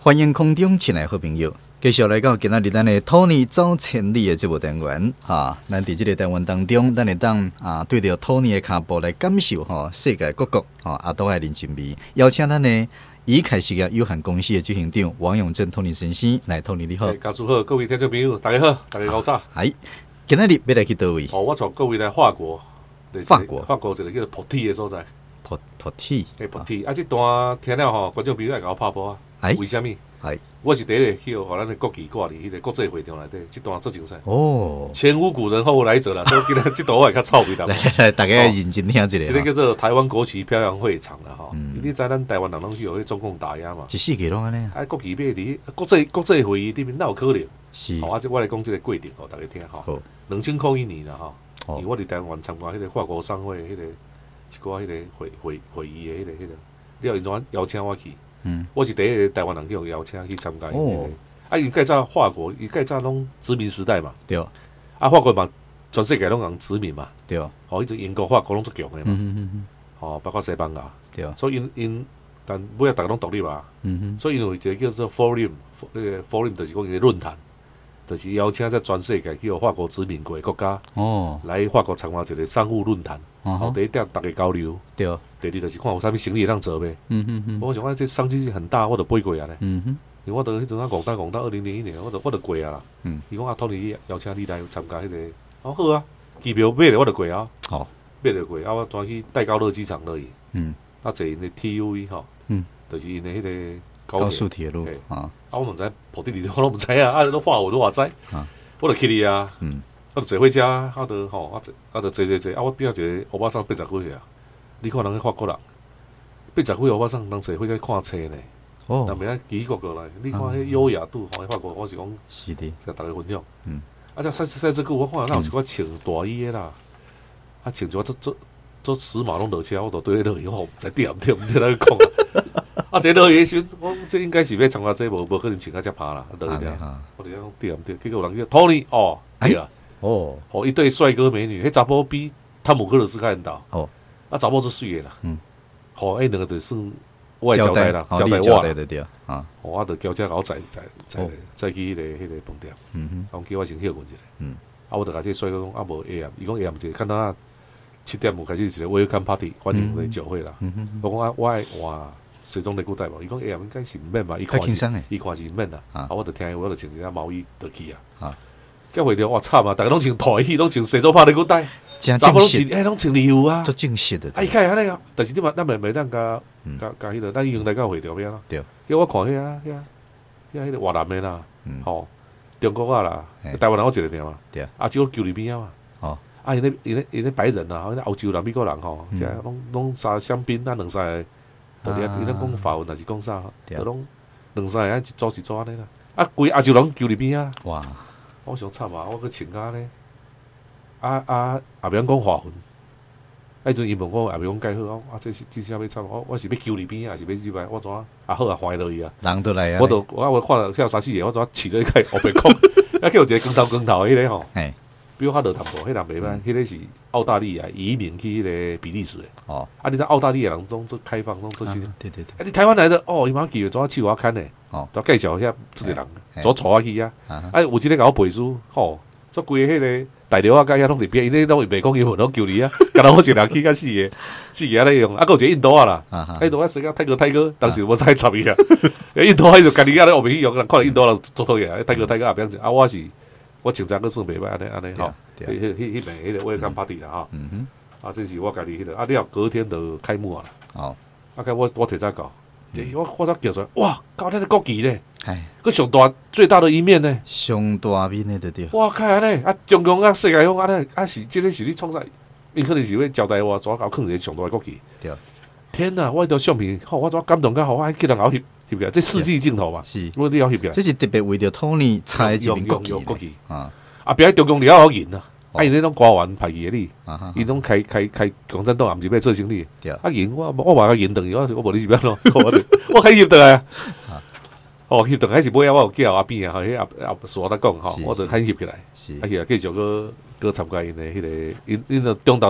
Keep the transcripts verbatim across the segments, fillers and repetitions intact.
欢迎空中亲爱好朋友，继续来到今仔日咱的土尼走千里的这部单元哈。咱伫这个单元当中，咱会当啊对着土尼的脚步来感受哈世界各国哈阿都爱人情味。邀请咱的以凯事业有限公司的执行长王永正土尼先生来。土尼你好， 家属好，各位听众朋友大家好，大家好早。 哎，今仔日要来去倒位？ 哦，我从各位来法国， 法国， 法国一个叫做普蒂的所在。 普普蒂， 诶，普蒂啊，这段听了吼，观众朋友来甲我拍波啊。哎，为什么？ 哎， 我是第一个去互咱的国旗挂伫迄个国际会场内底，这段做精彩。 哦， 前无古人后无来者啦，所以今日这段我会较臭味淡。 来来，大家认真听一下。 这个叫做台湾国旗飘扬会场啦，吼。你知咱台湾人拢去互迄中共打压嘛？ 一世纪拢安尼。 啊，国旗摆伫国际国际会议顶面，哪有可能？ 是。 好，啊，这我来讲这个规定，吼，大家听吼。两千块一年啦，吼。因为我伫台湾参加迄个法国商会，迄个一寡迄个会会会议的迄个迄个，了因怎邀请我去。嗯，我是第一个台湾人去邀请去参加。哦，啊，因介早法国，伊介早拢殖民时代嘛， 对。 啊，法国嘛，全世界拢人殖民嘛， 对。 哦，迄种英国、法国拢足强的嘛， 嗯嗯嗯哦，包括西班牙， 对。 所以因因，但尾仔大家拢独立嘛，嗯哼。所以因为一个叫做 forum， 那个 forum 就是讲一个论坛，就是邀请在全世界去法国殖民过的国家，哦，来法国参加一个商务论坛，哦，第一点大家交流，对。第二就是看有啥物生意让做呗。嗯哼哼，我想讲这商机很大，我就飞过啊咧。嗯哼，因为我到迄阵啊，广大广大二零零一年，我就我就过啊啦。嗯，伊讲啊，托尼邀请你来参加迄个，哦好啊，机票买了我就过啊。哦，买了过啊，我转去戴高乐机场而已。嗯，啊坐因的 T U V 吼，嗯，就是因的迄个高速铁路啊。 啊，我唔知普地里我都唔知啊，啊都话我都话知。啊，我就去哩啊。嗯，我就坐火车，啊就吼，啊坐啊就坐坐坐，啊我边仔一个欧巴桑八十几岁啊。你看人去法国人，八十几欧巴桑人坐火车看册呢，哦，人袂啊奇怪过来。你看迄优雅度，吼，法国我是讲， 是的， 甲大家分享。嗯，啊，这赛赛这久我看哪有一寡穿大衣的啦，啊，穿一寡做做做时髦拢落车，我都对咧落去，我在点点点来讲啊。啊，这落去时，我这应该是要参加这无无可能穿啊遮趴啦，落去了。我哋讲点点，结果有人叫 Tony 哦，对啊，哦，哦，一对帅哥美女，迄查甫比汤姆克鲁斯较缘投。哦。啊，查某是水的啦，嗯，好，迄两个就算我交代啦，交代我啦，对啊，我就交车搞载载载载去迄个迄个饭店，嗯哼，我叫我先休困一下，嗯，啊，我就甲这帅哥讲啊，无 A M， 伊讲 A M 就看到七点五开始一个 welcome party 欢迎来酒会啦，嗯哼，我讲啊，我爱哇，西装内裤带无，伊讲 A M 应该是毋免吧，伊看是，伊看是毋免啦，啊，我就听，我就穿一件毛衣就去啊，啊，结果着哇惨啊，大家拢穿大衣，拢穿西装拍内裤带。查某拢穿，哎，拢穿礼服啊， 足正式的。 哎，看安尼个，但是你嘛，咱袂袂当加加加迄个，咱用来到会场边啦。对。叫我看遐遐遐迄个越南的啦，吼，中国啊啦，台湾人我一个点嘛。对。啊，就旧里边啊嘛。哦。啊，因咧因咧因咧白人啊，欧洲人、美国人吼，即拢拢三香槟，咱两三个，到底伊咧讲法文还是讲啥？都拢两三个一组一组安尼啦。啊，规亚洲人旧里边啊。哇！我想惨啊，我去穿甲咧。啊啊！也袂晓讲华文，迄阵伊问我也袂讲介好，啊，这是这是要创，我我是要救你边，还是要几摆？我怎啊？啊好啊，怀落去啊！ 人都来啊！ 我都我我看了，晓三四个，我怎啊饲了开后白讲，啊，去有一个光头光头迄个吼，哎，比我较落淡薄，迄人袂歹，迄个是澳大利亚移民去迄个比利时的。哦，啊，你知澳大利亚人总做开放，总做新。对对对。啊，你台湾来的哦，伊蛮记怎啊去我看呢？哦，怎介绍遐这些人，怎带我去啊？哎，有一个甲我背书，吼，做规个迄个。大陆啊，甲遐拢伫边，因为拢袂讲英文，拢求你啊。干那我一人去甲四个，四个咧用。啊，还有一个印度啊啦，印度啊，谁个泰哥泰哥，当时我才插伊啊。印度迄就家己啊咧后面去用，看到印度人做讨厌，泰哥泰哥也不要紧。啊，我是我穿trang个算袂歹，安尼安尼吼。迄迄迄边迄个我看 party 啦吼。嗯哼。啊，这是我家己迄个，啊，了隔天就开幕啊啦。哦。啊，个我我提早到，我我才叫出来，哇，搞那个国旗咧。哎，个上大最大的一面呢？ 上大面的对对。 哇，看安尼啊，中共啊，世界上安尼啊是，这个是你创啥？因可能是要交代我，怎搞放一个上大的国旗？对。天哪！我迄条相片，吼，我怎感动甲好，我还叫人熬翕翕起来，这世纪镜头嘛。是。我你要翕起来。 这是特别为着托尼采一面国旗啊！啊，别中共了好赢啊！啊，因迄种官员派去的你，伊拢开开开共产党也毋是要做生意。对。啊，赢我我嘛个赢等于我我无你是要咯，我开翕倒来啊！哦，翕等还是尾啊，我有叫阿边啊，迄阿阿说得讲吼，我就喊翕起来，啊，去继续个个参加因的迄个因因的中岛的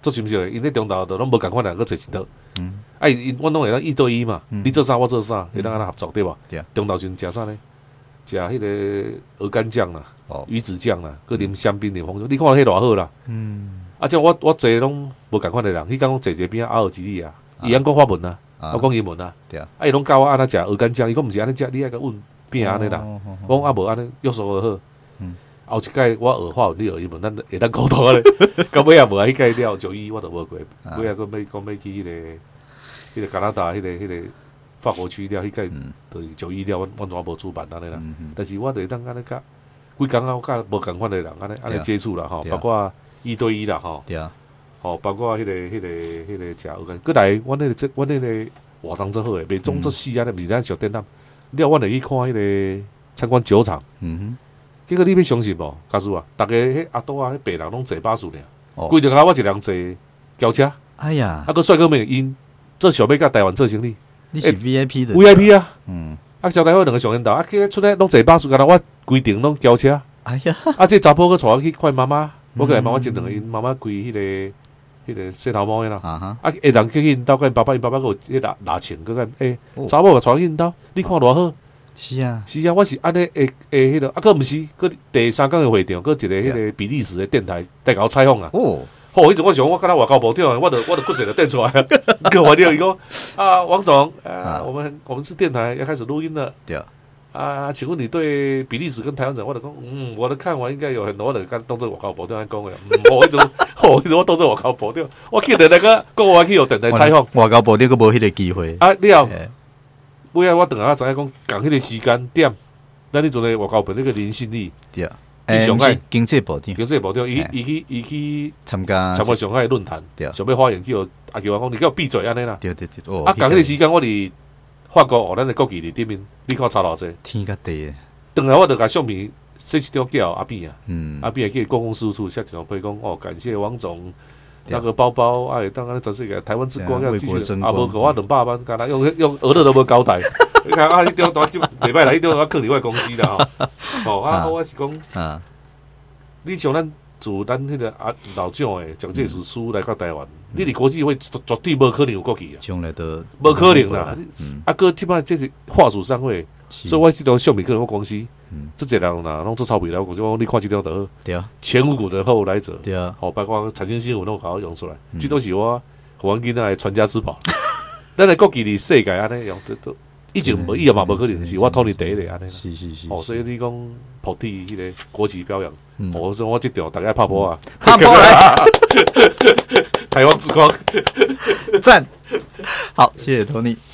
做真实的，因咧中岛都拢无共款人，搁找一道。 嗯， 啊，因阮拢会当一对一嘛， 嗯你做啥我做啥，会当安尼合作对吧？ 对啊。 中岛时阵食啥呢？食迄个鹅肝酱啦， 哦， 鱼子酱啦，搁啉香槟啉红酒，你看迄偌好啦。 嗯， 啊，即我我坐拢无共款的人，迄讲坐一边阿尔及利亚，伊讲讲法文啊，我讲英文啊， 对啊， 啊，伊拢教我安尼食鹅肝酱，伊讲毋是安尼食，你爱甲阮变安尼啦。我讲啊无安尼，约束好。 嗯， 后一届我学法文，你学英文，咱会当沟通安尼。到尾也无啊，迄届了九一我都无过，尾也搁要讲要去迄个迄个加拿大迄个迄个法国区了，迄届就是九一了，阮阮全无主办安尼啦。但是我会当安尼甲规工啊，我甲无共款的人安尼安尼接触啦吼，包括一对一啦吼， 对啊， 吼包括迄个迄个迄个食鹅肝，过来阮迄个这阮迄个活动做好诶，袂总做死安尼，毋是咱小展览。了，阮会去看迄个参观酒厂。 嗯哼。 结果你要相信无，家属啊，逐个迄阿多啊，迄白人拢坐巴士尔， 哦， 规条骹我一人坐轿车， 哎呀， 啊，个帅哥美因做想要甲台湾做生意， 你是 V I P 的 V I P 啊， 嗯， 啊，招待我两个上引导，啊，去出来拢坐巴士，干那我规定拢轿车， 哎呀， 啊，这查甫去带我去看妈妈，我甲妈妈接两个因，妈妈开迄个迄个洗头毛的啦， 啊哈， 啊，下人去引导，甲因爸爸，因爸爸个迄拿拿钱，佮甲诶，查某个带引导，你看偌好。 是啊， 是啊，我是安尼诶诶，迄个啊，佫毋是，佫第三工诶会场，佫一个迄个比利时诶电台来甲我采访啊。 哦， 好，迄阵我想我敢若外交部长，我著我著骨髓著电出来啊。佮我了伊讲啊，王总啊，我们我们是电台要开始录音了。 对啊，请问你对比利时跟台湾人，我著讲，嗯，我的看完应该有很多，我著当做外交部长来讲诶。嗯，我迄阵，我迄阵我当做外交部长，我去着那个国外去有电台采访， 外交部你佫无迄个机会啊，了。尾仔我等下知影讲，共迄个时间点，咱迄阵诶外交部那个林信利， 对，诶，上海经济部长， 经济部长，伊伊去伊去参加参加上海论坛， 对， 想要发言，叫阿叫我讲，你叫我闭嘴安尼啦。 对对对，哦， 啊，共迄个时间我伫法国学咱诶国旗伫顶面，你看差偌济。 天甲地诶， 等下我著甲相片写一张叫阿扁啊， 嗯， 阿扁去公共事务处写一张批讲，哦，感谢王总。那个包包，哎，当然展示给台湾之光，要继续。啊，无给我两百万，干啦，用用俄勒都无交代。你看啊，迄张单就礼拜来，迄张我放伫我公司啦吼。哦啊，我是讲，啊，你像咱自咱迄个啊老蒋诶蒋介石书来到台湾，你伫国际会绝对无可能有国旗啊， 将来都无可能啦。啊，哥即摆这是话术商会，所以我这张相片可能我公司。这几人啦，拢做草莓来，我就你看这张就好。 对啊， 前无古的后来者。 对啊， 好，包括财经新闻拢好好用出来，这都是我互阮囡仔来传家之宝。咱的国旗伫世界安尼用，这都以前无以后嘛无可能，是我托你第一个安尼。 是是是。 哦，所以你讲普体迄个国旗表扬，我说我这条大概拍波啊， 拍波来， 台湾之光， 赞。好，谢谢 Tony。